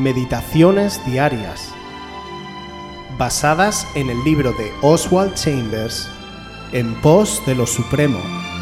Meditaciones diarias, basadas en el libro de Oswald Chambers, En pos de lo supremo.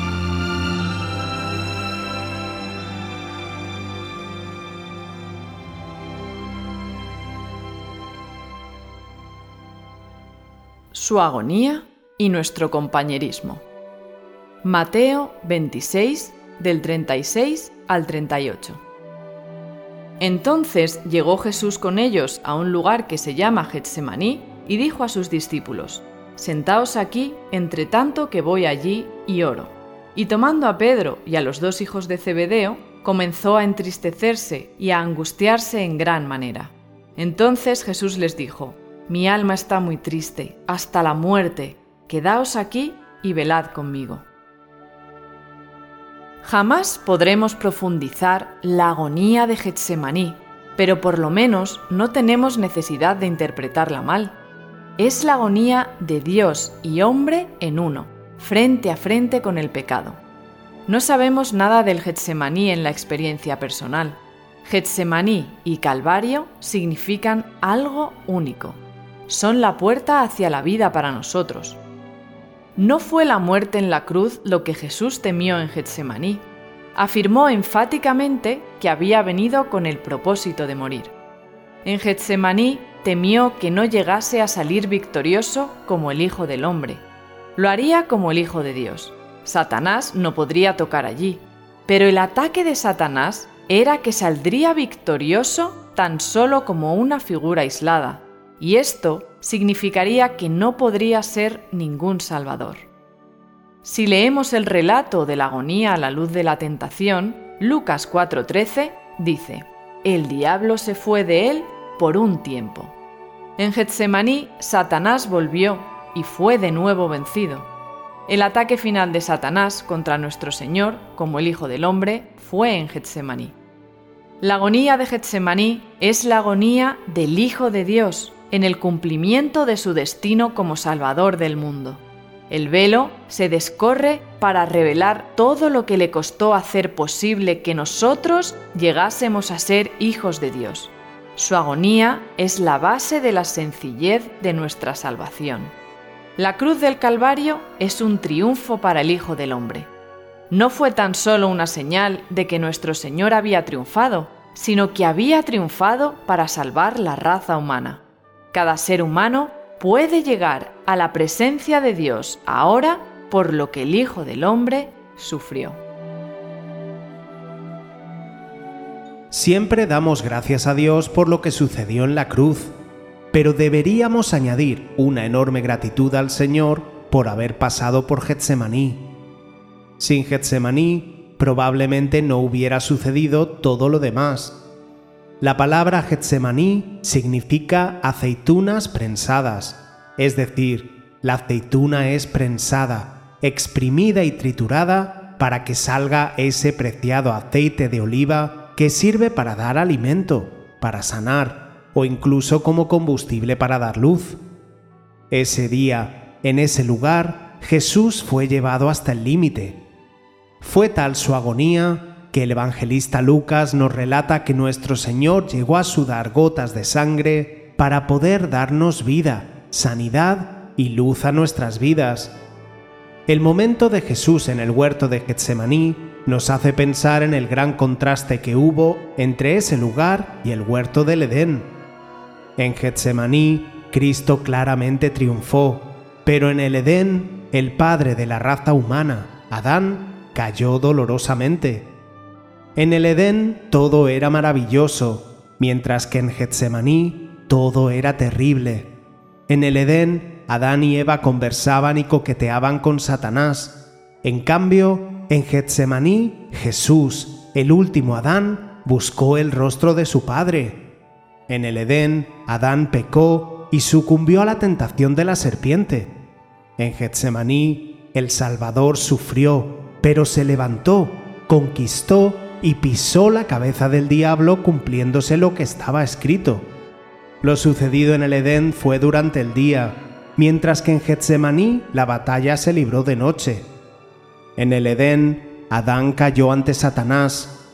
Su agonía y nuestro compañerismo. Mateo 26, del 36 al 38. Entonces llegó Jesús con ellos a un lugar que se llama Getsemaní y dijo a sus discípulos: «Sentaos aquí, entre tanto que voy allí y oro». Y tomando a Pedro y a los dos hijos de Zebedeo, comenzó a entristecerse y a angustiarse en gran manera. Entonces Jesús les dijo: «Mi alma está muy triste, hasta la muerte. Quedaos aquí y velad conmigo». Jamás podremos profundizar la agonía de Getsemaní, pero por lo menos no tenemos necesidad de interpretarla mal. Es la agonía de Dios y hombre en uno, frente a frente con el pecado. No sabemos nada del Getsemaní en la experiencia personal. Getsemaní y Calvario significan algo único. Son la puerta hacia la vida para nosotros. No fue la muerte en la cruz lo que Jesús temió en Getsemaní. Afirmó enfáticamente que había venido con el propósito de morir. En Getsemaní temió que no llegase a salir victorioso como el Hijo del Hombre. Lo haría como el Hijo de Dios. Satanás no podría tocar allí. Pero el ataque de Satanás era que saldría victorioso tan solo como una figura aislada. Y esto significaría que no podría ser ningún salvador. Si leemos el relato de la agonía a la luz de la tentación, Lucas 4:13 dice: «El diablo se fue de él por un tiempo». En Getsemaní, Satanás volvió y fue de nuevo vencido. El ataque final de Satanás contra nuestro Señor, como el Hijo del Hombre, fue en Getsemaní. La agonía de Getsemaní es la agonía del Hijo de Dios, en el cumplimiento de su destino como Salvador del mundo. El velo se descorre para revelar todo lo que le costó hacer posible que nosotros llegásemos a ser hijos de Dios. Su agonía es la base de la sencillez de nuestra salvación. La cruz del Calvario es un triunfo para el Hijo del Hombre. No fue tan solo una señal de que nuestro Señor había triunfado, sino que había triunfado para salvar la raza humana. Cada ser humano puede llegar a la presencia de Dios ahora por lo que el Hijo del Hombre sufrió. Siempre damos gracias a Dios por lo que sucedió en la cruz, pero deberíamos añadir una enorme gratitud al Señor por haber pasado por Getsemaní. Sin Getsemaní, probablemente no hubiera sucedido todo lo demás. La palabra Getsemaní significa aceitunas prensadas, es decir, la aceituna es prensada, exprimida y triturada para que salga ese preciado aceite de oliva que sirve para dar alimento, para sanar o incluso como combustible para dar luz. Ese día, en ese lugar, Jesús fue llevado hasta el límite. Fue tal su agonía que el evangelista Lucas nos relata que nuestro Señor llegó a sudar gotas de sangre para poder darnos vida, sanidad y luz a nuestras vidas. El momento de Jesús en el huerto de Getsemaní nos hace pensar en el gran contraste que hubo entre ese lugar y el huerto del Edén. En Getsemaní, Cristo claramente triunfó, pero en el Edén, el padre de la raza humana, Adán, cayó dolorosamente. En el Edén todo era maravilloso, mientras que en Getsemaní todo era terrible. En el Edén, Adán y Eva conversaban y coqueteaban con Satanás. En cambio, en Getsemaní, Jesús, el último Adán, buscó el rostro de su Padre. En el Edén, Adán pecó y sucumbió a la tentación de la serpiente. En Getsemaní, el Salvador sufrió, pero se levantó, conquistó y pisó la cabeza del diablo cumpliéndose lo que estaba escrito. Lo sucedido en el Edén fue durante el día, mientras que en Getsemaní la batalla se libró de noche. En el Edén, Adán cayó ante Satanás.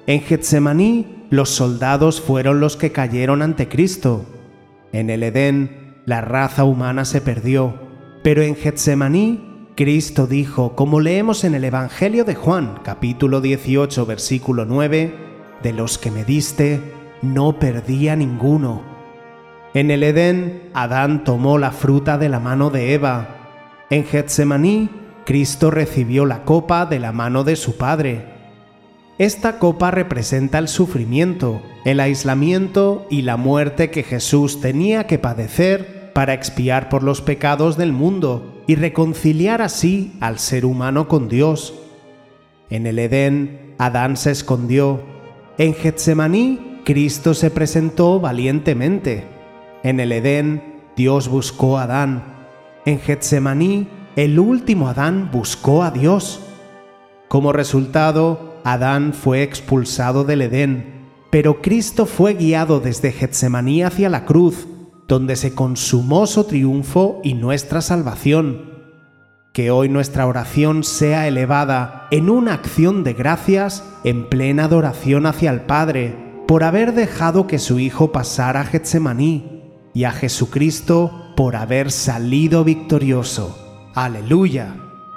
En Getsemaní, los soldados fueron los que cayeron ante Cristo. En el Edén, la raza humana se perdió, pero en Getsemaní, Cristo dijo, como leemos en el Evangelio de Juan, capítulo 18, versículo 9, «De los que me diste, no perdí a ninguno». En el Edén, Adán tomó la fruta de la mano de Eva. En Getsemaní, Cristo recibió la copa de la mano de su Padre. Esta copa representa el sufrimiento, el aislamiento y la muerte que Jesús tenía que padecer para expiar por los pecados del mundo y reconciliar así al ser humano con Dios. En el Edén, Adán se escondió. En Getsemaní, Cristo se presentó valientemente. En el Edén, Dios buscó a Adán. En Getsemaní, el último Adán buscó a Dios. Como resultado, Adán fue expulsado del Edén, pero Cristo fue guiado desde Getsemaní hacia la cruz, donde se consumó su triunfo y nuestra salvación. Que hoy nuestra oración sea elevada en una acción de gracias en plena adoración hacia el Padre, por haber dejado que su Hijo pasara a Getsemaní, y a Jesucristo por haber salido victorioso. ¡Aleluya!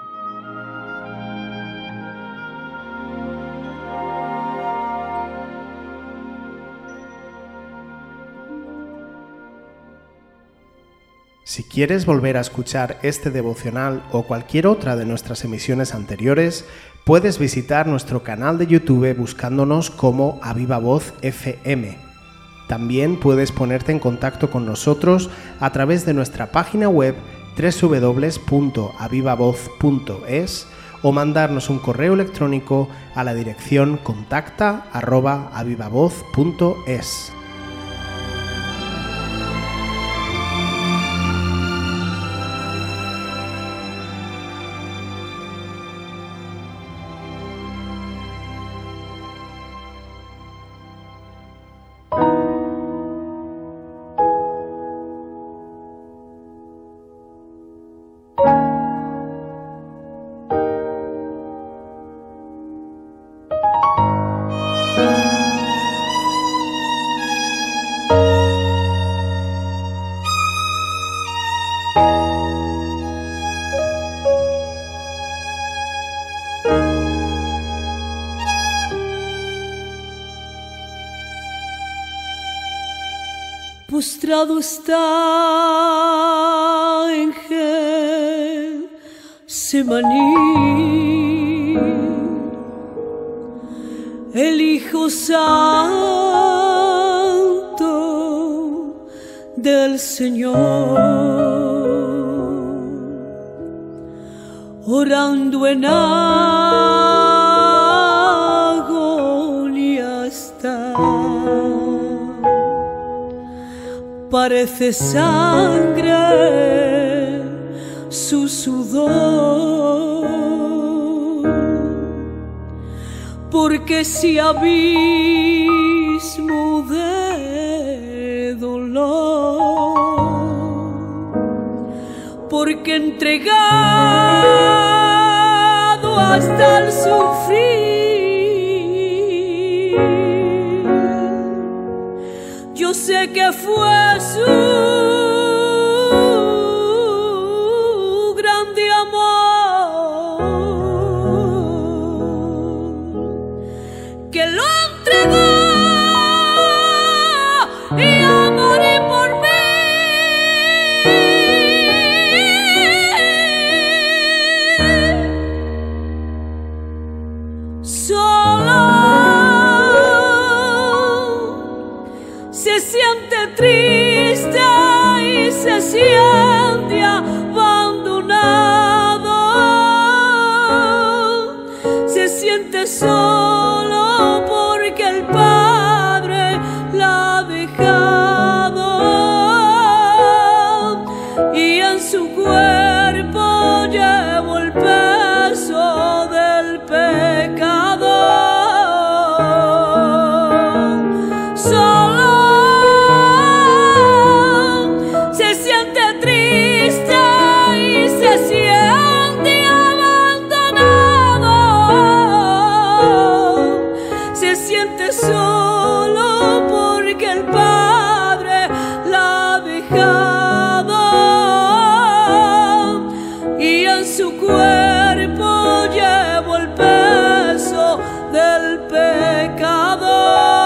Si quieres volver a escuchar este devocional o cualquier otra de nuestras emisiones anteriores, puedes visitar nuestro canal de YouTube buscándonos como A Viva Voz FM. También puedes ponerte en contacto con nosotros a través de nuestra página web www.avivavoz.es o mandarnos un correo electrónico a la dirección contacta@avivavoz.es. Postrado está en Getsemaní el Hijo Santo del Señor, orando en agonía está. Parece sangre su sudor, porque ese abismo de dolor, porque entregado hasta el sufrir, yo sé que fue su grande amor que lo entregó y a morir por mí. Solo se siente triste y se siente abandonado, se siente solo porque el Padre la ha dejado y en su cuerpo llevo el peso del pecado. Solo se siente su cuerpo llevó el peso del pecado.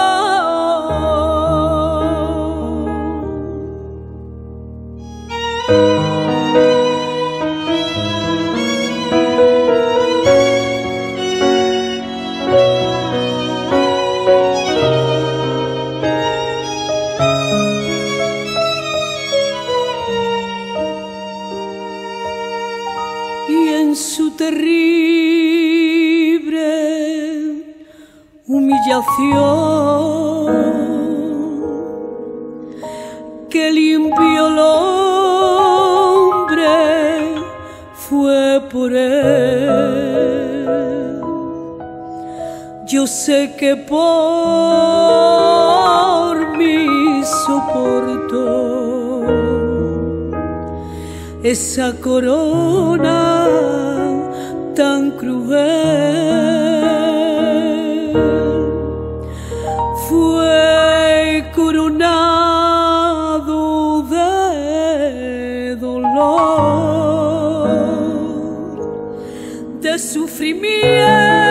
Y en su terrible humillación, que limpio el hombre fue por él. Yo sé que por mí soportó esa corona tan cruel. Fue coronado de dolor, de sufrimiento